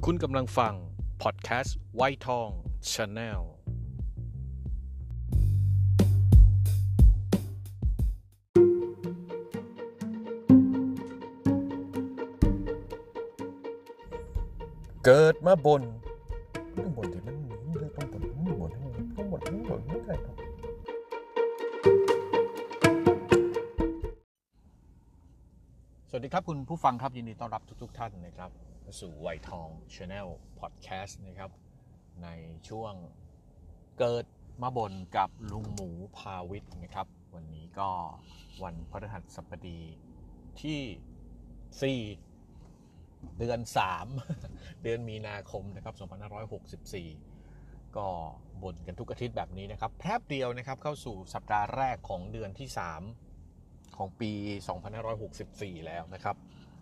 คุณกำลังฟังพอดแคสต์ไวท์ทอง Channelเกิดมาบนที่มันต้องบนไม่ได้ครับสวัสดีครับคุณผู้ฟังครับยินดีต้อนรับทุกท่านนะครับสู่ไวท์ทอง Channel Podcast นะครับในช่วงเกิดมาบนกับลุงหมูพาวิทย์นะครับวันนี้ก็วันพฤหัสบดีที่4เดือน3เดือนมีนาคมนะครับ2564ก็บ่นกันทุกอาทิตย์แบบนี้นะครับแป๊บเดียวนะครับเข้าสู่สัปดาห์แรกของเดือนที่3ของปี2564แล้วนะครับ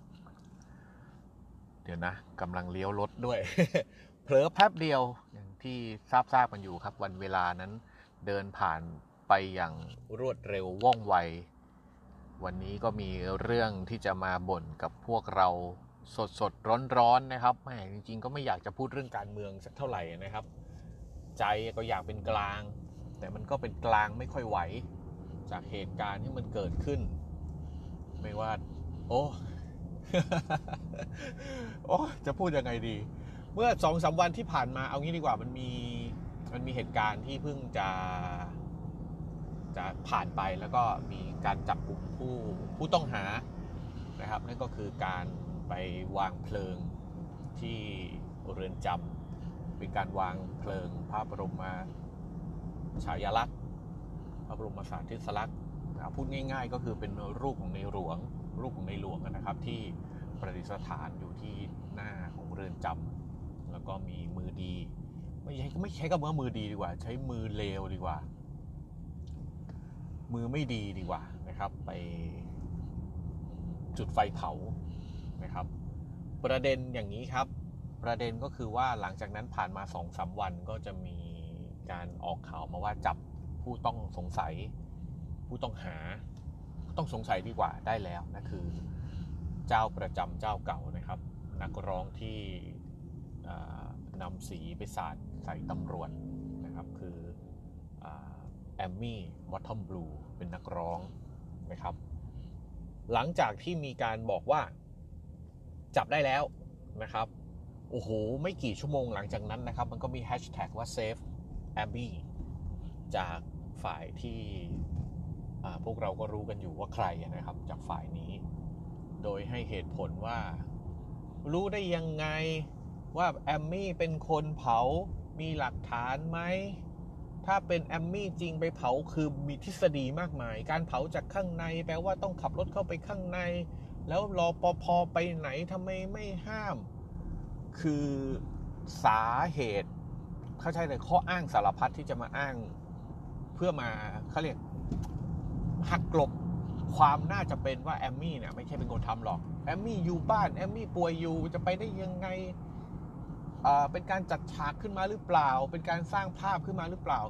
เดี๋ยวนะกำลังเลี้ยวรถด้วย เผลอแป๊บเดียวอย่างที่ทราบกันอยู่ครับวันเวลานั้นเดินผ่านไปอย่างรวดเร็วว่องไววันนี้ก็มีเรื่องที่จะมาบ่นกับพวกเราสดร้อนนะครับแหมจริงๆก็ไม่อยากจะพูดเรื่องการเมืองสักเท่าไหร่นะครับใจก็อยากเป็นกลางแต่มันก็เป็นกลางไม่ค่อยไหวจากเหตุการณ์ที่มันเกิดขึ้นไม่ว่าโอ้ โอ้จะพูดยังไงดีเมื่อ 2-3 วันที่ผ่านมาเอางี้ดีกว่ามันมีเหตุการณ์ที่เพิ่งจะผ่านไปแล้วก็มีการจับกลุ่มผู้ต้องหานะครับนั่นก็คือการไปวางเพลิงที่เรือนจำเป็นการวางเพลิงพระบรมฉายาลักษณ์พระบรมสารีริกธาตุพูดง่ายๆก็คือเป็นรูปของในหลวงนะครับที่ประดิษฐานอยู่ที่หน้าของเรือนจำแล้วก็มีมือดีไม่ใช้คำว่ามือดีดีกว่าใช้มือเลวดีกว่ามือไม่ดีดีกว่านะครับไปจุดไฟเผานะครับประเด็นอย่างนี้ครับประเด็นก็คือว่าหลังจากนั้นผ่านมา 2-3 วันก็จะมีการออกข่าวมาว่าจับผู้ต้องสงสัยผู้ต้องหาต้องสงสัยดีกว่าได้แล้วนะคือเจ้าประจำเจ้าเก่านะครับนักร้องที่นำสีไปสาดใส่ตำรวจนะครับคือแอมมี่บอททอมบลูเป็นนักร้องนะครับหลังจากที่มีการบอกว่าจับได้แล้วนะครับโอ้โหไม่กี่ชั่วโมงหลังจากนั้นนะครับมันก็มีแฮชแท็กว่า Save Abby จากฝ่ายที่พวกเราก็รู้กันอยู่ว่าใครนะครับจากฝ่ายนี้โดยให้เหตุผลว่ารู้ได้ยังไงว่าแอมมี่เป็นคนเผามีหลักฐานไหมถ้าเป็นแอมมี่จริงไปเผาคือมีทฤษฎีมากมายการเผาจากข้างในแปลว่าต้องขับรถเข้าไปข้างในแล้วรปภ.ไปไหนทำไมไม่ห้ามคือสาเหตุเข้าใจเลยข้ออ้างสารพัดที่จะมาอ้างเพื่อมาเขาเรียกหักกลบความน่าจะเป็นว่าแอมมี่เนี่ยไม่ใช่เป็นคนทำหรอกแอมมี่อยู่บ้านแอมมี่ป่วยอยู่จะไปได้ยังไงเป็นการจัดฉากขึ้นมาหรือเปล่าเป็นการสร้างภาพขึ้นมาหรือเปล่า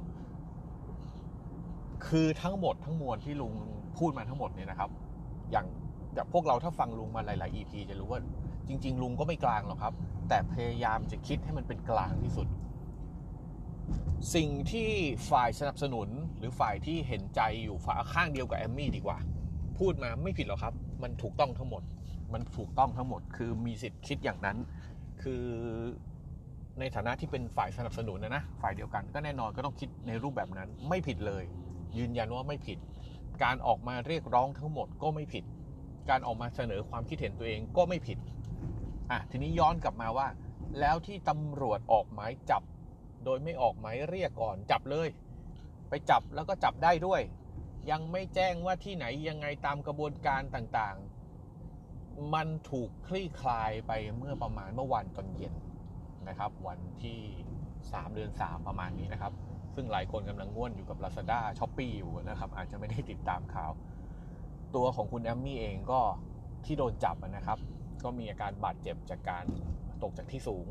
คือทั้งหมดทั้งมวลที่ลุงพูดมาทั้งหมดเนี่ยนะครับอย่างพวกเราถ้าฟังลุงมาหลายๆ EP จะรู้ว่าจริงๆลุงก็ไม่กลางหรอกครับแต่พยายามจะคิดให้มันเป็นกลางที่สุดสิ่งที่ฝ่ายสนับสนุนหรือฝ่ายที่เห็นใจอยู่ฝ่ายข้างเดียวกับแอมมี่ดีกว่าพูดมาไม่ผิดหรอกครับมันถูกต้องทั้งหมดคือมีสิทธิ์คิดอย่างนั้นคือในฐานะที่เป็นฝ่ายสนับสนุนนะฝ่ายเดียวกันก็แน่นอนก็ต้องคิดในรูปแบบนั้นไม่ผิดเลยยืนยันว่าไม่ผิดการออกมาเรียกร้องทั้งหมดก็ไม่ผิดการออกมาเสนอความคิดเห็นตัวเองก็ไม่ผิดทีนี้ย้อนกลับมาว่าแล้วที่ตำรวจออกหมายจับโดยไม่ออกหมายเรียกก่อนจับเลยไปจับแล้วก็จับได้ด้วยยังไม่แจ้งว่าที่ไหนยังไงตามกระบวนการต่างๆมันถูกคลี่คลายไปเมื่อประมาณเมื่อวันตอนเย็นนะครับวันที่3 เดือน 3ประมาณนี้นะครับซึ่งหลายคนกำลังง่วนอยู่กับ Lazada Shopee อยู่นะครับอาจจะไม่ได้ติดตามข่าวตัวของคุณแอมมี่เองก็ที่โดนจับนะครับก็มีอาการบาดเจ็บจากการตกจากที่สูง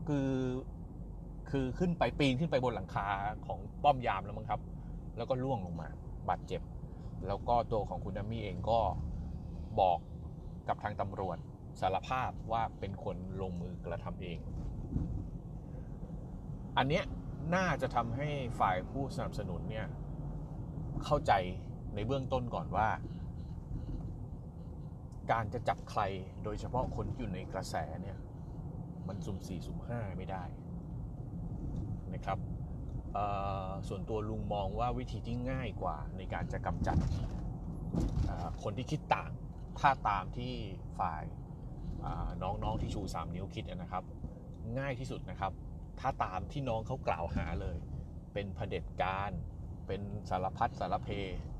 คือขึ้นไปปีนขึ้นไปบนหลังคาของป้อมยามแล้วมั้งครับแล้วก็ล่วงลงมาบาดเจ็บแล้วก็ตัวของคุณแอมมี่เองก็บอกกับทางตำรวจสารภาพว่าเป็นคนลงมือกระทำเองอันเนี้ยน่าจะทำให้ฝ่ายผู้สนับสนุนเนี่ยเข้าใจในเบื้องต้นก่อนว่าการจะจับใครโดยเฉพาะคนที่อยู่ในกระแสเนี่ยมันสุ่ม4สุ่ม5ไม่ได้นะครับส่วนตัวลุงมองว่าวิธีที่ง่ายกว่าในการจะกำจัดคนที่คิดต่างถ้าตามที่ฝ่ายน้องๆที่ชู3นิ้วคิดนะครับง่ายที่สุดนะครับถ้าตามที่น้องเขากล่าวหาเลยเป็นเผด็จการเป็นสารพัดสารเพ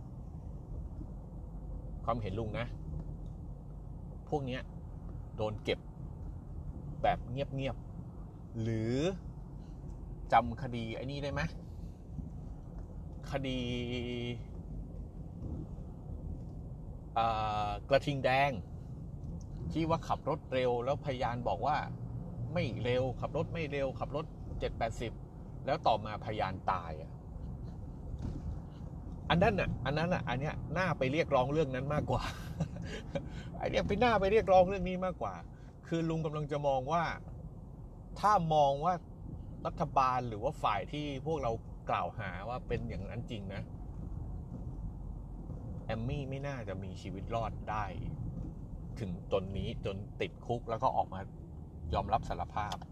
ความเห็นลุงนะพวกนี้โดนเก็บแบบเงียบๆหรือจำคดีไอ้นี่ได้ไหมคดีกระทิงแดงที่ว่าขับรถเร็วแล้วพยานบอกว่าไม่เร็วขับรถไม่เร็วขับรถ7-80แล้วต่อมาพยานตายอันนั้นอันเนี้ยน่าไปเรียกร้องเรื่องนั้นมากกว่า ไอเนี้ยไปน่าไปเรียกร้องเรื่องนี้มากกว่าคือลุงกำลังจะมองว่าถ้ามองว่ารัฐบาลหรือว่าฝ่ายที่พวกเรากล่าวหาว่าเป็นอย่างนั้นจริงนะแอมมี่ไม่น่าจะมีชีวิตรอดได้ถึงตอนนี้จนติดคุกแล้วก็ออกมายอมรับสารภาพ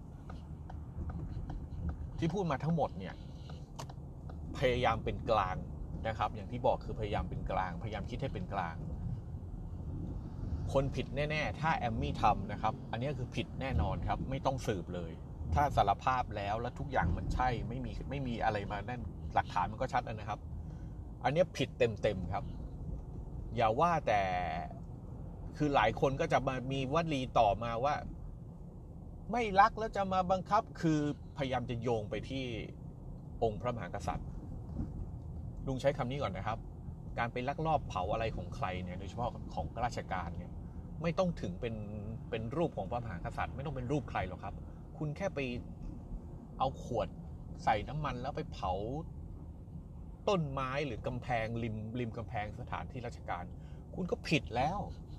ที่พูดมาทั้งหมดเนี่ยพยายามเป็นกลางนะครับอย่างที่บอกคือพยายามเป็นกลางพยายามคิดให้เป็นกลางคนผิดแน่ๆถ้าแอมมี่ทำนะครับอันนี้คือผิดแน่นอนครับไม่ต้องสืบเลยถ้าสารภาพแล้วทุกอย่างมันใช่ไม่มีอะไรมาแน่นหลักฐานมันก็ชัดนะครับอันนี้ผิดเต็มครับอย่าว่าแต่คือหลายคนก็จะมามีวลีต่อมาว่าไม่รักแล้วจะมาบังคับคือพยายามจะโยงไปที่องค์พระมหากษัตริย์ลุงใช้คำนี้ก่อนนะครับการไปลักลอบเผาอะไรของใครเนี่ยโดยเฉพาะของราชการเนี่ยไม่ต้องถึงเป็นรูปของพระมหากษัตริย์ไม่ต้องเป็นรูปใครหรอกครับคุณแค่ไปเอาขวดใส่น้ำมันแล้วไปเผาต้นไม้หรือกำแพงริมกำแพงสถานที่ราชการคุณก็ผิดแล้ว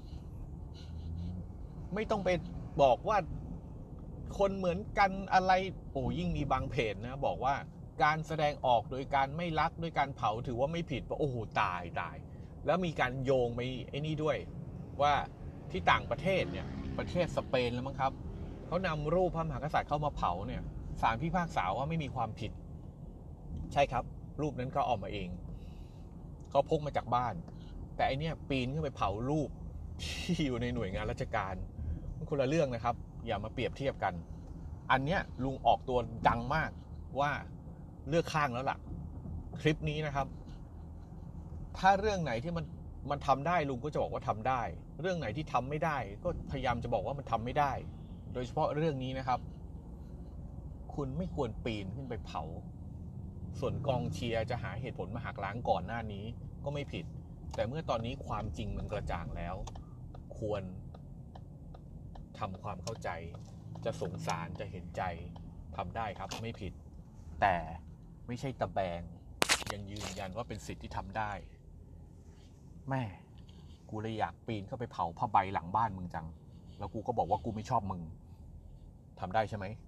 ไม่ต้องไปบอกว่าคนเหมือนกันอะไรยิ่งมีบางเพจนะบอกว่าการแสดงออกโดยการไม่รักด้วยการเผาถือว่าไม่ผิดตายแล้วมีการโยงไปไอ้นี่ด้วยว่าที่ต่างประเทศเนี่ยประเทศสเปนแล้วมั้งครับเขานำรูปพระมหากษัตริย์เข้ามาเผาเนี่ยศาลพิพากษาว่าไม่มีความผิดใช่ครับรูปนั้นเขาออกมาเองเขาพกมาจากบ้านแต่อันเนี้ยปีนขึ้นไปเผารูปที่อยู่ในหน่วยงานราชการมันคนละเรื่องนะครับอย่ามาเปรียบเทียบกันอันเนี้ยลุงออกตัวดังมากว่าเลือกข้างแล้วล่ะคลิปนี้นะครับถ้าเรื่องไหนที่มันทำได้ลุงก็จะบอกว่าทำได้เรื่องไหนที่ทำไม่ได้ก็พยายามจะบอกว่ามันทำไม่ได้โดยเฉพาะเรื่องนี้นะครับคุณไม่ควรปีนขึ้นไปเผาส่วนกองเชียร์จะหาเหตุผลมาหักล้างก่อนหน้านี้ก็ไม่ผิดแต่เมื่อตอนนี้ความจริงมันกระจ่างแล้วควรทำความเข้าใจจะสงสารจะเห็นใจทำได้ครับไม่ผิดแต่ไม่ใช่ตะแบงยังยืนยันว่าเป็นสิทธิ์ที่ทำได้แม่กูเลยอยากปีนเข้าไปเผาผ้าใบหลังบ้านมึงจังแล้วกูก็บอกว่ากูไม่ชอบมึงทำได้ใช่ไหม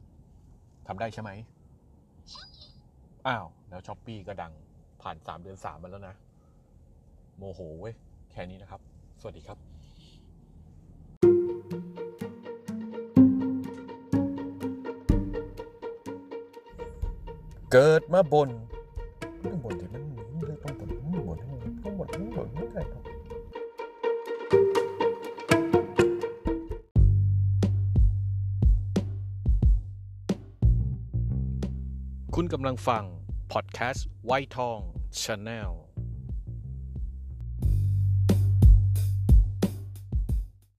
อ้าวแล้วช้อปปี้ก็ดังผ่าน3 เดือน 3มาแล้วนะโมโหเว้ยแค่นี้นะครับสวัสดีครับเกิดมาบนต้องบ่นที่มันต้องบ่นไม่ได้ครับคุณกำลังฟังพอดแคสต์ไวท์ทอง Channel